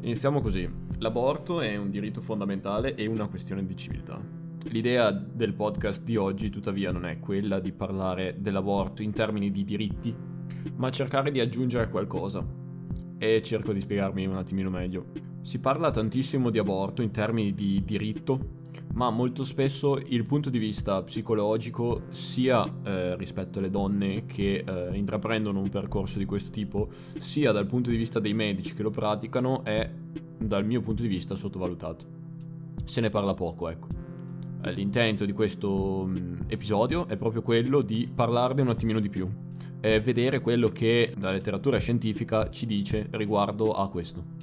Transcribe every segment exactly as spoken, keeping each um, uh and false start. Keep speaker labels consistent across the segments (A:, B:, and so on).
A: Iniziamo così. L'aborto è un diritto fondamentale e una questione di civiltà. L'idea del podcast di oggi, tuttavia, non è quella di parlare dell'aborto in termini di diritti, ma cercare di aggiungere qualcosa. E cerco di spiegarmi un attimino meglio. Si parla tantissimo di aborto in termini di diritto, ma molto spesso il punto di vista psicologico, sia eh, rispetto alle donne che eh, intraprendono un percorso di questo tipo, sia dal punto di vista dei medici che lo praticano, è dal mio punto di vista sottovalutato. Se ne parla poco, ecco. Eh, L'intento di questo mh, episodio è proprio quello di parlarne un attimino di più e vedere quello che la letteratura scientifica ci dice riguardo a questo.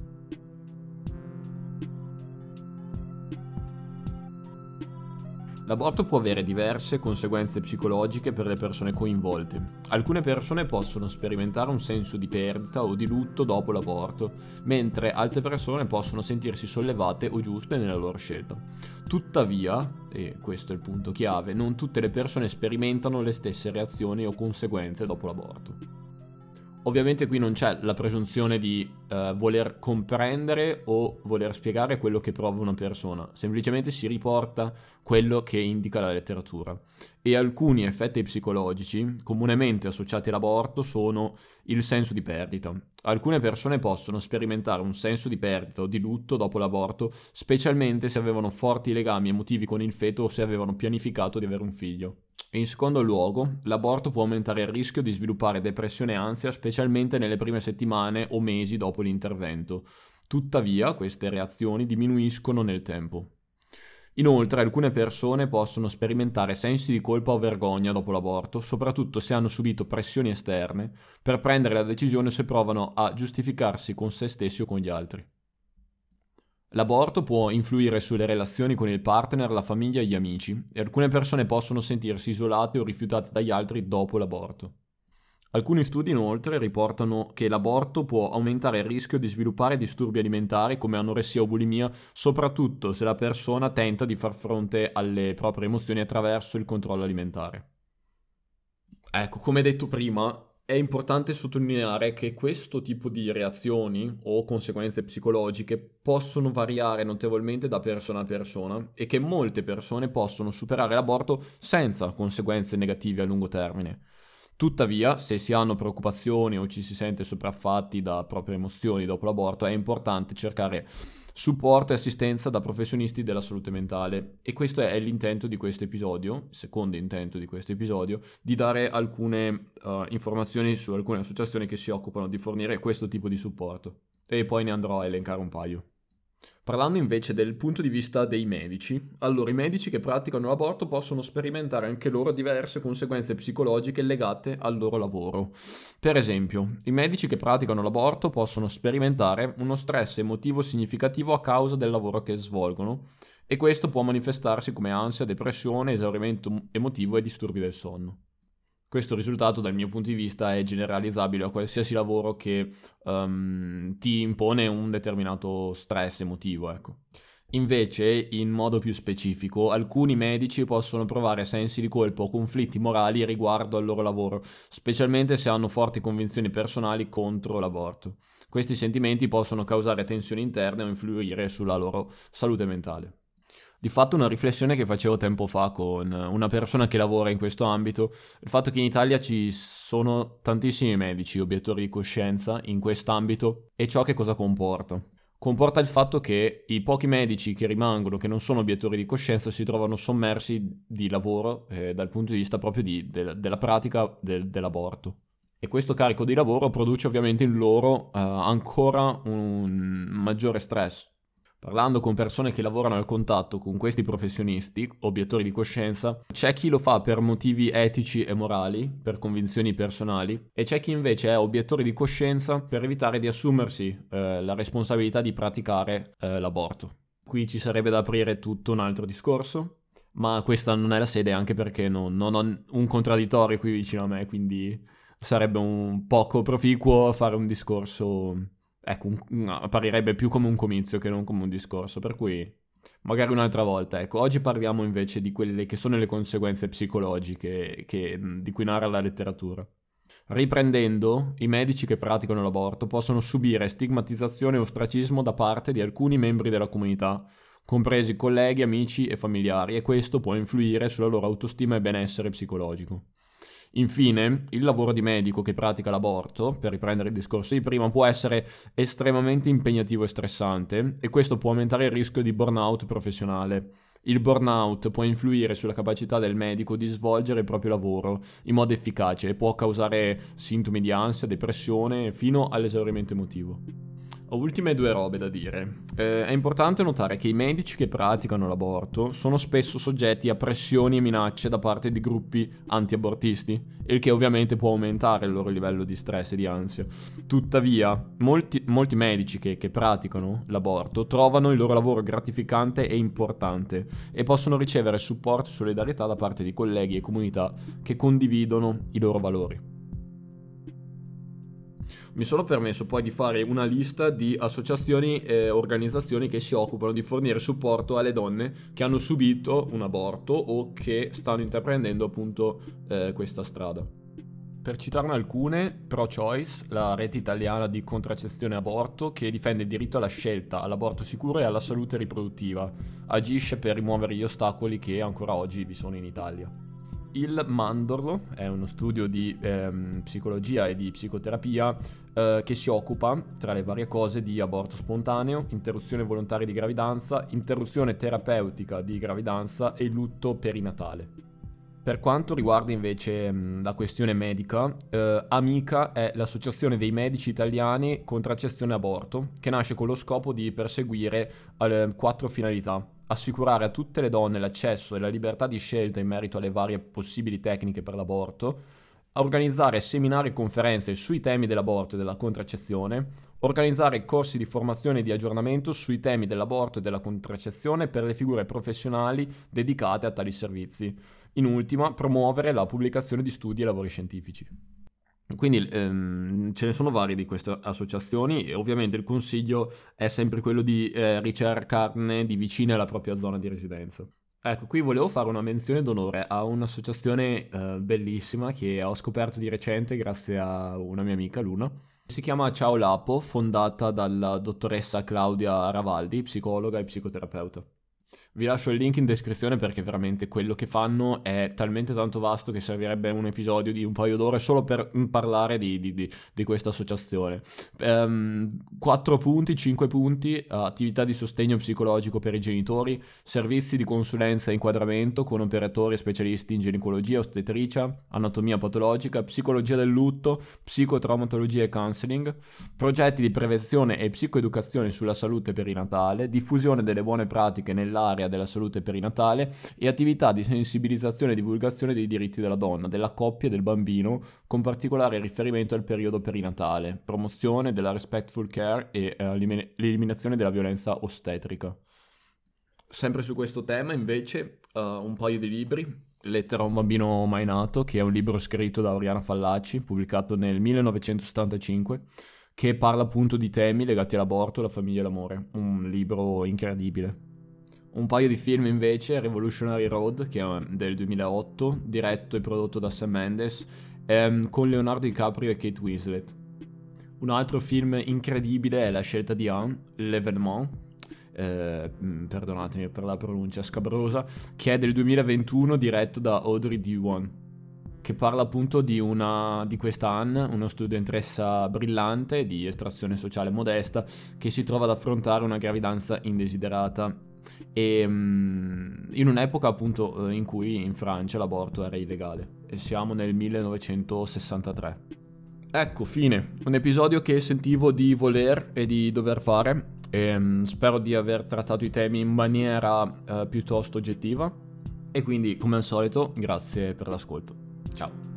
A: L'aborto può avere diverse conseguenze psicologiche per le persone coinvolte. Alcune persone possono sperimentare un senso di perdita o di lutto dopo l'aborto, mentre altre persone possono sentirsi sollevate o giuste nella loro scelta. Tuttavia, e questo è il punto chiave, non tutte le persone sperimentano le stesse reazioni o conseguenze dopo l'aborto. Ovviamente qui non c'è la presunzione di eh, voler comprendere o voler spiegare quello che prova una persona, semplicemente si riporta quello che indica la letteratura. E alcuni effetti psicologici comunemente associati all'aborto sono il senso di perdita. Alcune persone possono sperimentare un senso di perdita o di lutto dopo l'aborto, specialmente se avevano forti legami emotivi con il feto o se avevano pianificato di avere un figlio. In secondo luogo, l'aborto può aumentare il rischio di sviluppare depressione e ansia, specialmente nelle prime settimane o mesi dopo l'intervento. Tuttavia, queste reazioni diminuiscono nel tempo. Inoltre, alcune persone possono sperimentare sensi di colpa o vergogna dopo l'aborto, soprattutto se hanno subito pressioni esterne, per prendere la decisione o se provano a giustificarsi con se stessi o con gli altri. L'aborto può influire sulle relazioni con il partner, la famiglia e gli amici, e alcune persone possono sentirsi isolate o rifiutate dagli altri dopo l'aborto. Alcuni studi inoltre riportano che l'aborto può aumentare il rischio di sviluppare disturbi alimentari come anoressia o bulimia, soprattutto se la persona tenta di far fronte alle proprie emozioni attraverso il controllo alimentare. Ecco, come detto prima, è importante sottolineare che questo tipo di reazioni o conseguenze psicologiche possono variare notevolmente da persona a persona e che molte persone possono superare l'aborto senza conseguenze negative a lungo termine. Tuttavia, se si hanno preoccupazioni o ci si sente sopraffatti da proprie emozioni dopo l'aborto, è importante cercare supporto e assistenza da professionisti della salute mentale. E questo è l'intento di questo episodio, il secondo intento di questo episodio, di dare alcune uh, informazioni su alcune associazioni che si occupano di fornire questo tipo di supporto. E poi ne andrò a elencare un paio. Parlando invece del punto di vista dei medici, allora i medici che praticano l'aborto possono sperimentare anche loro diverse conseguenze psicologiche legate al loro lavoro. Per esempio, i medici che praticano l'aborto possono sperimentare uno stress emotivo significativo a causa del lavoro che svolgono, e questo può manifestarsi come ansia, depressione, esaurimento emotivo e disturbi del sonno. Questo risultato, dal mio punto di vista, è generalizzabile a qualsiasi lavoro che um, ti impone un determinato stress emotivo, ecco. Invece, in modo più specifico, alcuni medici possono provare sensi di colpa o conflitti morali riguardo al loro lavoro, specialmente se hanno forti convinzioni personali contro l'aborto. Questi sentimenti possono causare tensioni interne o influire sulla loro salute mentale. Di fatto una riflessione che facevo tempo fa con una persona che lavora in questo ambito, il fatto che in Italia ci sono tantissimi medici obiettori di coscienza in quest'ambito, e ciò che cosa comporta? Comporta il fatto che i pochi medici che rimangono, che non sono obiettori di coscienza, si trovano sommersi di lavoro eh, dal punto di vista proprio di, de, della pratica del, dell'aborto. E questo carico di lavoro produce ovviamente in loro eh, ancora un maggiore stress. Parlando con persone che lavorano al contatto con questi professionisti, obiettori di coscienza, c'è chi lo fa per motivi etici e morali, per convinzioni personali, e c'è chi invece è obiettore di coscienza per evitare di assumersi eh, la responsabilità di praticare eh, l'aborto. Qui ci sarebbe da aprire tutto un altro discorso, ma questa non è la sede, anche perché non, non ho un contraddittorio qui vicino a me, quindi sarebbe un poco proficuo fare un discorso. Ecco, un, apparirebbe più come un comizio che non come un discorso, per cui magari un'altra volta. Ecco, oggi parliamo invece di quelle che sono le conseguenze psicologiche che, di cui narra la letteratura. Riprendendo, i medici che praticano l'aborto possono subire stigmatizzazione e ostracismo da parte di alcuni membri della comunità, compresi colleghi, amici e familiari, e questo può influire sulla loro autostima e benessere psicologico. Infine, il lavoro di medico che pratica l'aborto, per riprendere il discorso di prima, può essere estremamente impegnativo e stressante, e questo può aumentare il rischio di burnout professionale. Il burnout può influire sulla capacità del medico di svolgere il proprio lavoro in modo efficace e può causare sintomi di ansia, depressione, fino all'esaurimento emotivo. Ho ultime due robe da dire. Eh, è importante notare che i medici che praticano l'aborto sono spesso soggetti a pressioni e minacce da parte di gruppi anti-abortisti, il che ovviamente può aumentare il loro livello di stress e di ansia. Tuttavia, molti, molti medici che, che praticano l'aborto trovano il loro lavoro gratificante e importante e possono ricevere supporto e solidarietà da parte di colleghi e comunità che condividono i loro valori. Mi sono permesso poi di fare una lista di associazioni e organizzazioni che si occupano di fornire supporto alle donne che hanno subito un aborto o che stanno intraprendendo appunto eh, questa strada. Per citarne alcune, Pro-Choice, la rete italiana di contraccezione e aborto che difende il diritto alla scelta, all'aborto sicuro e alla salute riproduttiva, agisce per rimuovere gli ostacoli che ancora oggi vi sono in Italia. Il Mandorlo è uno studio di ehm, psicologia e di psicoterapia eh, che si occupa, tra le varie cose, di aborto spontaneo, interruzione volontaria di gravidanza, interruzione terapeutica di gravidanza e lutto perinatale. Per quanto riguarda invece mh, la questione medica, eh, Amica è l'associazione dei medici italiani contraccezione e aborto, che nasce con lo scopo di perseguire eh, quattro finalità: assicurare a tutte le donne l'accesso e la libertà di scelta in merito alle varie possibili tecniche per l'aborto, organizzare seminari e conferenze sui temi dell'aborto e della contraccezione, organizzare corsi di formazione e di aggiornamento sui temi dell'aborto e della contraccezione per le figure professionali dedicate a tali servizi. In ultima, promuovere la pubblicazione di studi e lavori scientifici. Quindi ehm, ce ne sono varie di queste associazioni e ovviamente il consiglio è sempre quello di eh, ricercarne di vicine alla propria zona di residenza. Ecco, qui volevo fare una menzione d'onore a un'associazione eh, bellissima che ho scoperto di recente grazie a una mia amica, Luna. Si chiama Ciao Lapo, fondata dalla dottoressa Claudia Ravaldi, psicologa e psicoterapeuta. Vi lascio il link in descrizione perché veramente quello che fanno è talmente tanto vasto che servirebbe un episodio di un paio d'ore solo per parlare di, di, di, di questa associazione. Um, quattro punti, cinque punti: attività di sostegno psicologico per i genitori, servizi di consulenza e inquadramento con operatori e specialisti in ginecologia, ostetricia, anatomia patologica, psicologia del lutto, psicotraumatologia e counseling, progetti di prevenzione e psicoeducazione sulla salute perinatale, diffusione delle buone pratiche nell'area della salute perinatale e attività di sensibilizzazione e divulgazione dei diritti della donna, della coppia e del bambino, con particolare riferimento al periodo perinatale, promozione della respectful care e eh, l'eliminazione della violenza ostetrica. Sempre su questo tema invece uh, un paio di libri: Lettera a un bambino mai nato, che è un libro scritto da Oriana Fallaci, pubblicato nel millenovecentosettantacinque, che parla appunto di temi legati all'aborto, la famiglia e l'amore. Un libro incredibile. Un paio di film invece: Revolutionary Road, che è del duemilaotto, diretto e prodotto da Sam Mendes, ehm, con Leonardo DiCaprio e Kate Winslet. Un altro film incredibile è La scelta di Anne, L'Événement, eh, perdonatemi per la pronuncia scabrosa, che è del duemilaventuno, diretto da Audrey Diwan, che parla appunto di una di questa Anne, una studentessa brillante di estrazione sociale modesta, che si trova ad affrontare una gravidanza indesiderata. E um, in un'epoca appunto in cui in Francia l'aborto era illegale, e siamo nel millenovecentosessantatré. Ecco, fine. Un episodio che sentivo di voler e di dover fare, e um, spero di aver trattato i temi in maniera uh, piuttosto oggettiva, e quindi come al solito grazie per l'ascolto. Ciao.